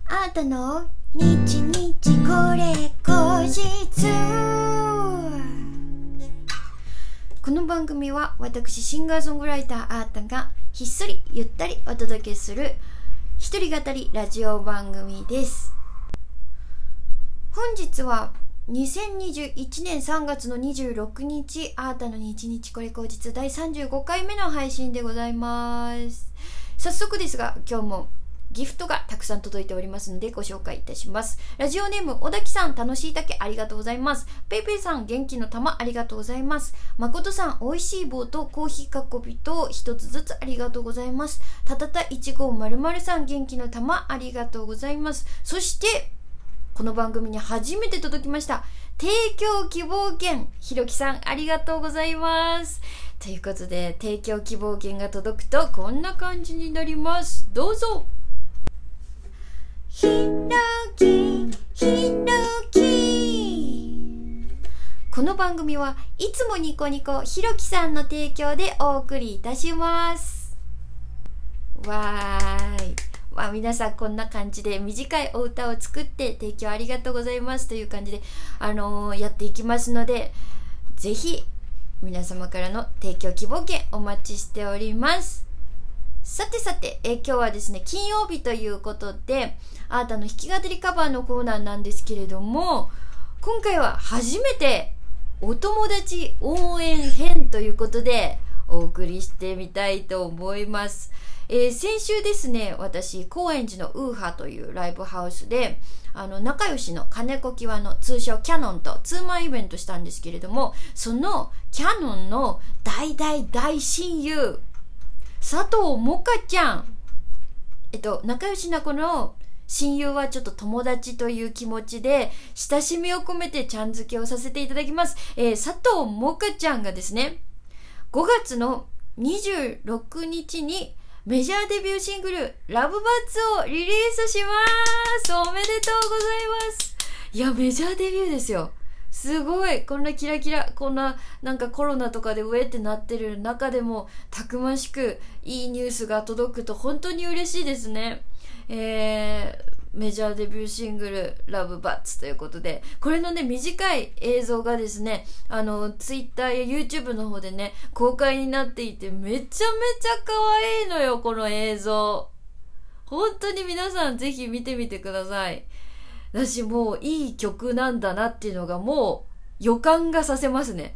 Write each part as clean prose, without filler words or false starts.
あなたの日日これ後日。この番組は私シンガーソングライターあーたがひっそりゆったりお届けする一人語りラジオ番組です。本日は2021年3月の26日あーたの日日これ後日第35回目の配信でございます。早速ですが今日もギフトがたくさん届いておりますのでご紹介いたします。ラジオネーム小滝さん、楽しい竹ありがとうございます。ペイペイさん、元気の玉ありがとうございます。誠さん、おいしい棒とコーヒーかっこびと一つずつありがとうございます。たたた1500さん、元気の玉ありがとうございます。そしてこの番組に初めて届きました提供希望券、ひろきさんありがとうございます。ということで提供希望券が届くとこんな感じになります。どうぞ。ひろきひろき。この番組はいつもニコニコひろきさんの提供でお送りいたします。わーい。皆さんこんな感じで短いお歌を作って提供ありがとうございますという感じでやっていきますので、ぜひ皆様からの提供希望券お待ちしております。さて、今日はですね金曜日ということであーたの弾き語りカバーのコーナーなんですけれども、今回は初めてお友達応援編ということでお送りしてみたいと思います。先週ですね、私高円寺のウーハというライブハウスで仲良しの金子きわの通称キャノンとツーマンイベントしたんですけれども、そのキャノンの大親友佐藤もかちゃん、仲良しな子の親友はちょっと友達という気持ちで親しみを込めてちゃん付けをさせていただきます。佐藤もかちゃんがですね5月の26日にメジャーデビューシングルラブバッツをリリースします。おめでとうございます。いやメジャーデビューですよ。すごい、こんなキラキラ、こんななんかコロナとかでウェってなってる中でもたくましくいいニュースが届くと本当に嬉しいですね。メジャーデビューシングルラブバッツということで、これのね短い映像がですねツイッターや YouTube の方でね公開になっていて、めちゃめちゃ可愛いのよこの映像。本当に皆さんぜひ見てみてください。だしもういい曲なんだなっていうのがもう予感がさせますね。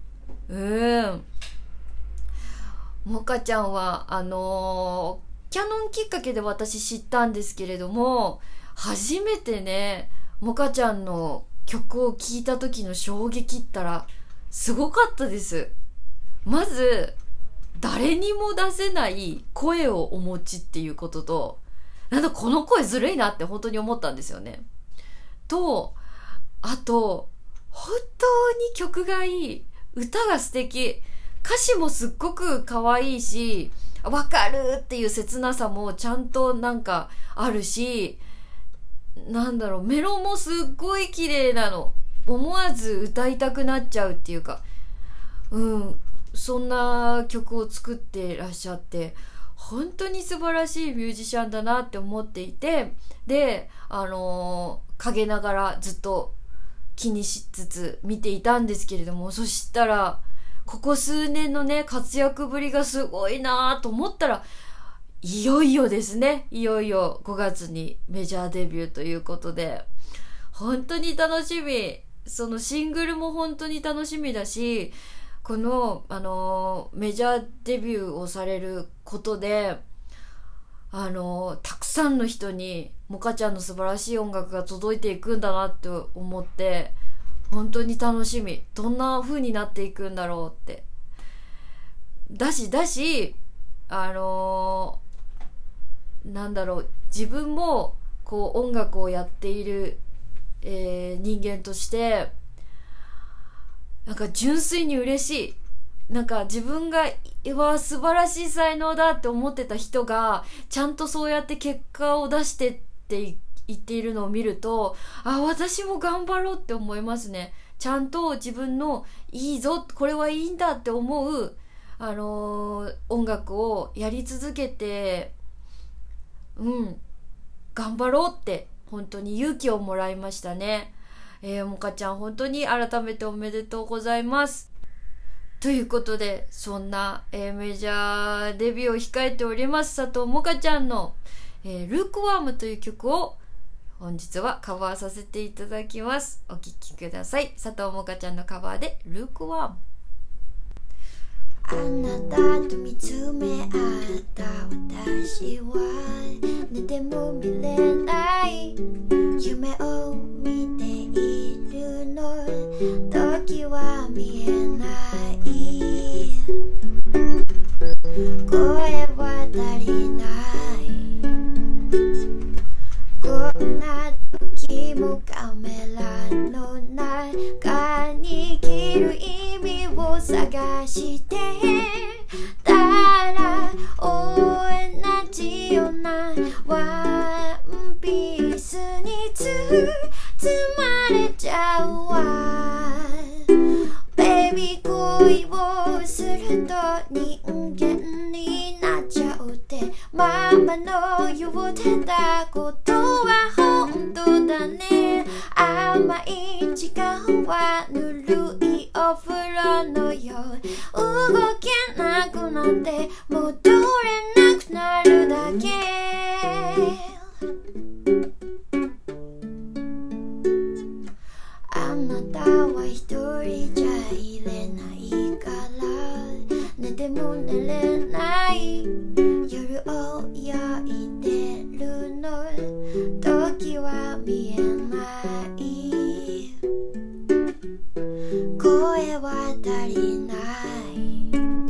もかちゃんはキャノンきっかけで私知ったんですけれども、初めてねもかちゃんの曲を聴いた時の衝撃ったらすごかったです。まず誰にも出せない声をお持ちっていうことと、なんだこの声ずるいなって本当に思ったんですよね。とあと本当に曲がいい、歌が素敵、歌詞もすっごく可愛いしわかるっていう切なさもちゃんとなんかあるし、なんだろう、メロもすっごい綺麗なの。思わず歌いたくなっちゃうっていうか、そんな曲を作ってらっしゃって本当に素晴らしいミュージシャンだなって思っていて、で陰ながらずっと気にしつつ見ていたんですけれども、そしたらここ数年のね活躍ぶりがすごいなと思ったら、いよいよですね、いよいよ5月にメジャーデビューということで本当に楽しみ。そのシングルも本当に楽しみだし、このメジャーデビューをされることでたくさんの人にもかちゃんの素晴らしい音楽が届いていくんだなって思って本当に楽しみ。どんな風になっていくんだろうってだしなんだろう、自分もこう音楽をやっている、人間としてなんか純粋に嬉しい。なんか自分が素晴らしい才能だって思ってた人がちゃんとそうやって結果を出してって言っているのを見ると、私も頑張ろうって思いますね。ちゃんと自分のいいぞ、これはいいんだって思う音楽をやり続けて頑張ろうって本当に勇気をもらいましたね。もかちゃん本当に改めておめでとうございます。ということで、そんな、メジャーデビューを控えております佐藤もかちゃんの、ルークワームという曲を本日はカバーさせていただきます。お聴きください。佐藤もかちゃんのカバーでルークワーム。 あなたと見つめ合った私は寝ても見れない夢を見ているの、時は見えない声は足りないこんな時もカメラの中に生きる意味を探してたら同じようなワンピースに包まれちゃうわ。ベイビー恋をすると人間になっちゃうってママの言ってたことは本当だね。甘い時間はぬるいお風呂のよう動けなくなって戻れなくなるだけ。あなたは一人じゃいれないから寝ても寝れない夜を焼いてるの、時は見えない声は足りない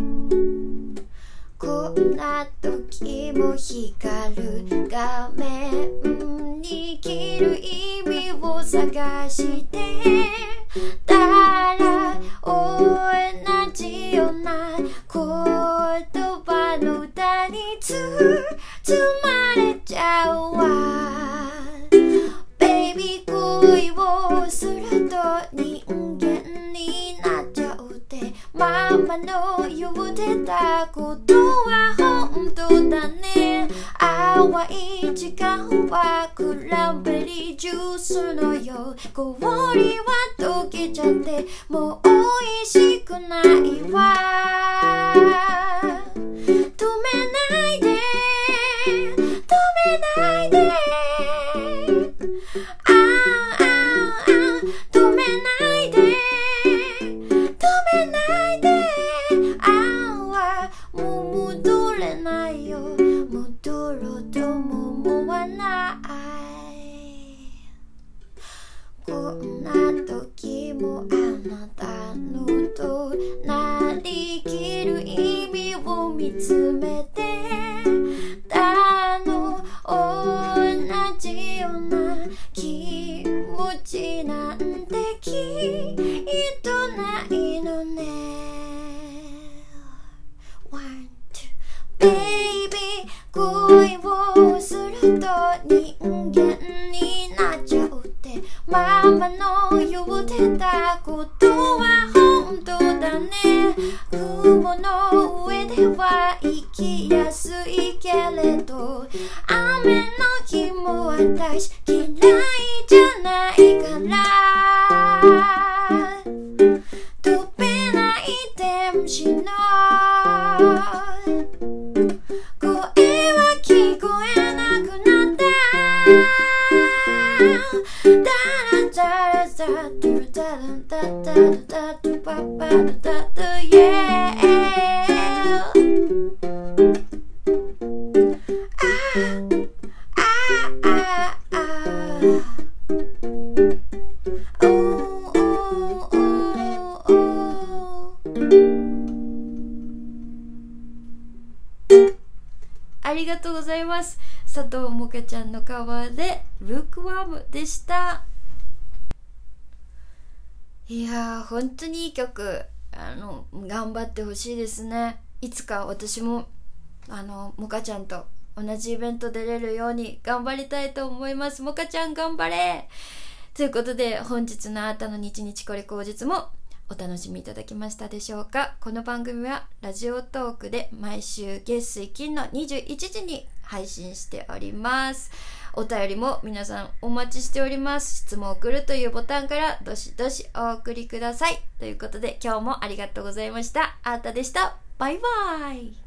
こんな時も光る画面に生きる意味を探してたら同じような言葉の歌に包まれちゃうわ。ベイビー恋をすると人間になっちゃうってママの言ってたことは本当だね。淡い時間はクランベリージュースのよう氷は溶けちゃってもう美味しくないわ。止めないで止めないで止めないで止めないでもう戻れないよ戻ろうとも思わない。こんな時もあなたのなりきる意味を見つめてたの、同じような気持ちなんてきっとないのね。One, two, baby 恋をすると人間になっちゃうってママの言ってたことは本当だね。雲の上では生きやすいけれど雨の日も私嫌いじゃないから飛べない天使の声は聞こえなくなったダラダラダラダラダラダラダラパパダダダイエありがとうございます。佐藤もかちゃんのカバーでルークワームでした。いやー本当にいい曲。頑張ってほしいですね。いつか私ももかちゃんと同じイベント出れるように頑張りたいと思います。もかちゃん頑張れということで、本日のあなたの日々これ口実もお楽しみいただけましたでしょうか。この番組はラジオトークで毎週月水金の21時に配信しております。 お便りも皆さんお待ちしております。質問を送るというボタンからどしどしお送りください。ということで今日もありがとうございました。あーたでした。バイバイ。